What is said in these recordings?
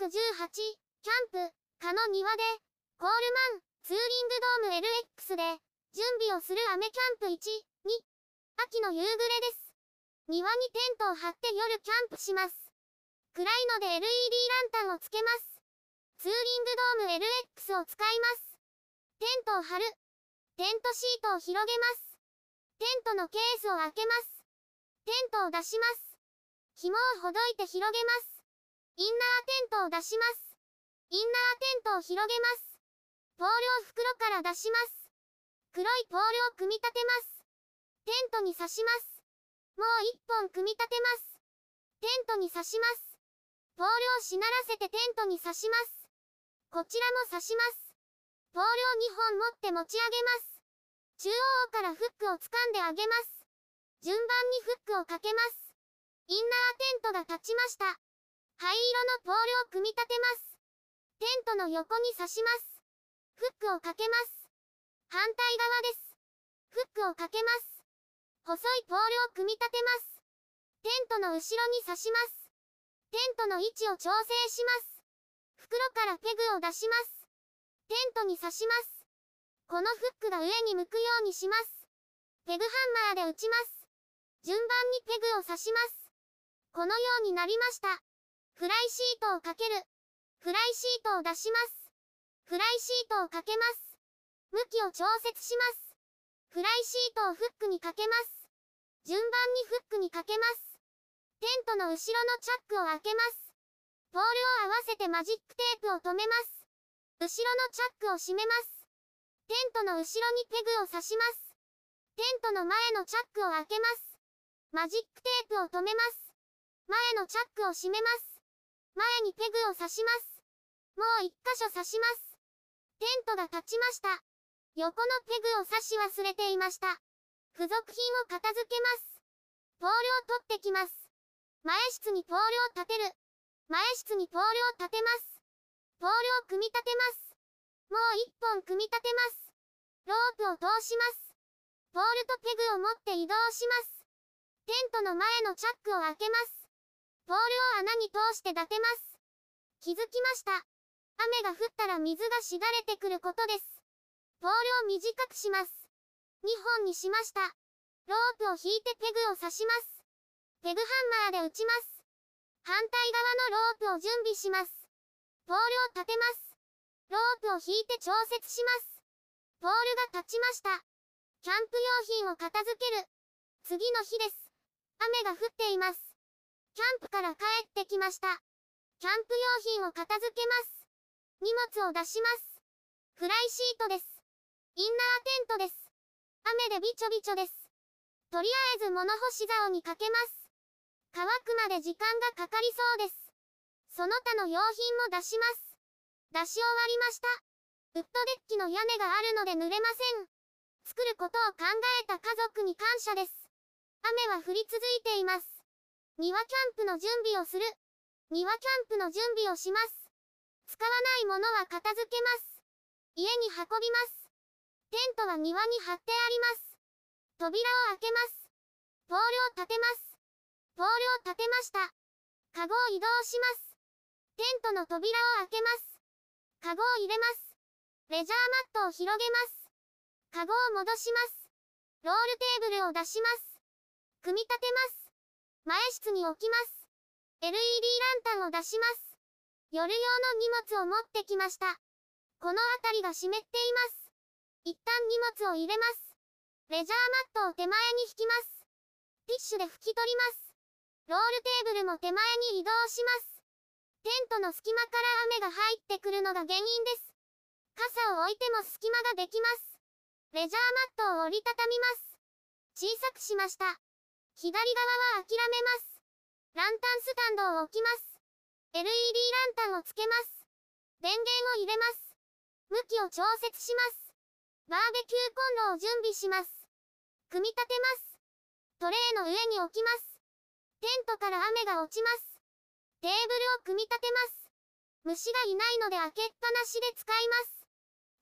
318、キャンプ、蚊の庭で、コールマン、ツーリングドーム LX で、準備をする雨キャンプ1、2、秋の夕暮れです。庭にテントを張って夜キャンプします。暗いので LED ランタンをつけます。ツーリングドーム LX を使います。テントを張る。テントシートを広げます。テントのケースを開けます。テントを出します。紐をほどいて広げます。インナーテントを出します。インナーテントを広げます。ポールを袋から出します。黒いポールを組み立てます。テントに刺します。もう一本組み立てます。テントに刺します。ポールをしならせてテントに刺します。こちらも刺します。ポールを2本持って持ち上げます。中央からフックを掴んであげます。順番にフックをかけます。インナーテントが立ちました。灰色のポールを組み立てます。テントの横に刺します。フックをかけます。反対側です。フックをかけます。細いポールを組み立てます。テントの後ろに刺します。テントの位置を調整します。袋からペグを出します。テントに刺します。このフックが上に向くようにします。ペグハンマーで打ちます。順番にペグを刺します。このようになりました。フライシートをかける。フライシートを出します。フライシートをかけます。向きを調節します。フライシートをフックにかけます。順番にフックにかけます。テントの後ろのチャックを開けます。ポールを合わせてマジックテープを留めます。後ろのチャックを閉めます。テントの後ろにペグを刺します。テントの前のチャックを開けます。マジックテープを留めます。前のチャックを閉めます。前にペグを刺します。もう一箇所刺します。テントが立ちました。横のペグを刺し忘れていました。付属品を片付けます。ポールを取ってきます。前室にポールを立てる。前室にポールを立てます。ポールを組み立てます。もう一本組み立てます。ロープを通します。ポールとペグを持って移動します。テントの前のチャックを開けます。ポールを穴に通して立てます。気づきました。雨が降ったら水がしがれてくることです。ポールを短くします。2本にしました。ロープを引いてペグを刺します。ペグハンマーで打ちます。反対側のロープを準備します。ポールを立てます。ロープを引いて調節します。ポールが立ちました。キャンプ用品を片付ける。次の日です。雨が降っています。キャンプから帰ってきました。キャンプ用品を片付けます。荷物を出します。フライシートです。インナーテントです。雨でびちょびちょです。とりあえず物干し竿にかけます。乾くまで時間がかかりそうです。その他の用品も出します。出し終わりました。ウッドデッキの屋根があるので濡れません。作ることを考えた家族に感謝です。雨は降り続いています。庭キャンプの準備をする。庭キャンプの準備をします。使わないものは片付けます。家に運びます。テントは庭に張ってあります。扉を開けます。ポールを立てます。ポールを立てました。カゴを移動します。テントの扉を開けます。カゴを入れます。レジャーマットを広げます。カゴを戻します。ロールテーブルを出します。組み立てます。前室に置きます。LED ランタンを出します。夜用の荷物を持ってきました。この辺りが湿っています。一旦荷物を入れます。レジャーマットを手前に引きます。ティッシュで拭き取ります。ロールテーブルも手前に移動します。テントの隙間から雨が入ってくるのが原因です。傘を置いても隙間ができます。レジャーマットを折りたたみます。小さくしました。左側は諦めます。ランタンスタンドを置きます。LED ランタンをつけます。電源を入れます。向きを調節します。バーベキューコンロを準備します。組み立てます。トレイの上に置きます。テントから雨が落ちます。テーブルを組み立てます。虫がいないので開けっぱなしで使います。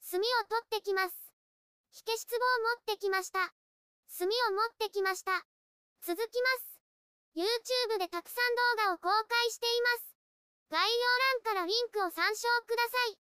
炭を取ってきます。火消し壺を持ってきました。炭を持ってきました。続きます。YouTube でたくさん動画を公開しています。 概要欄からリンクを参照ください。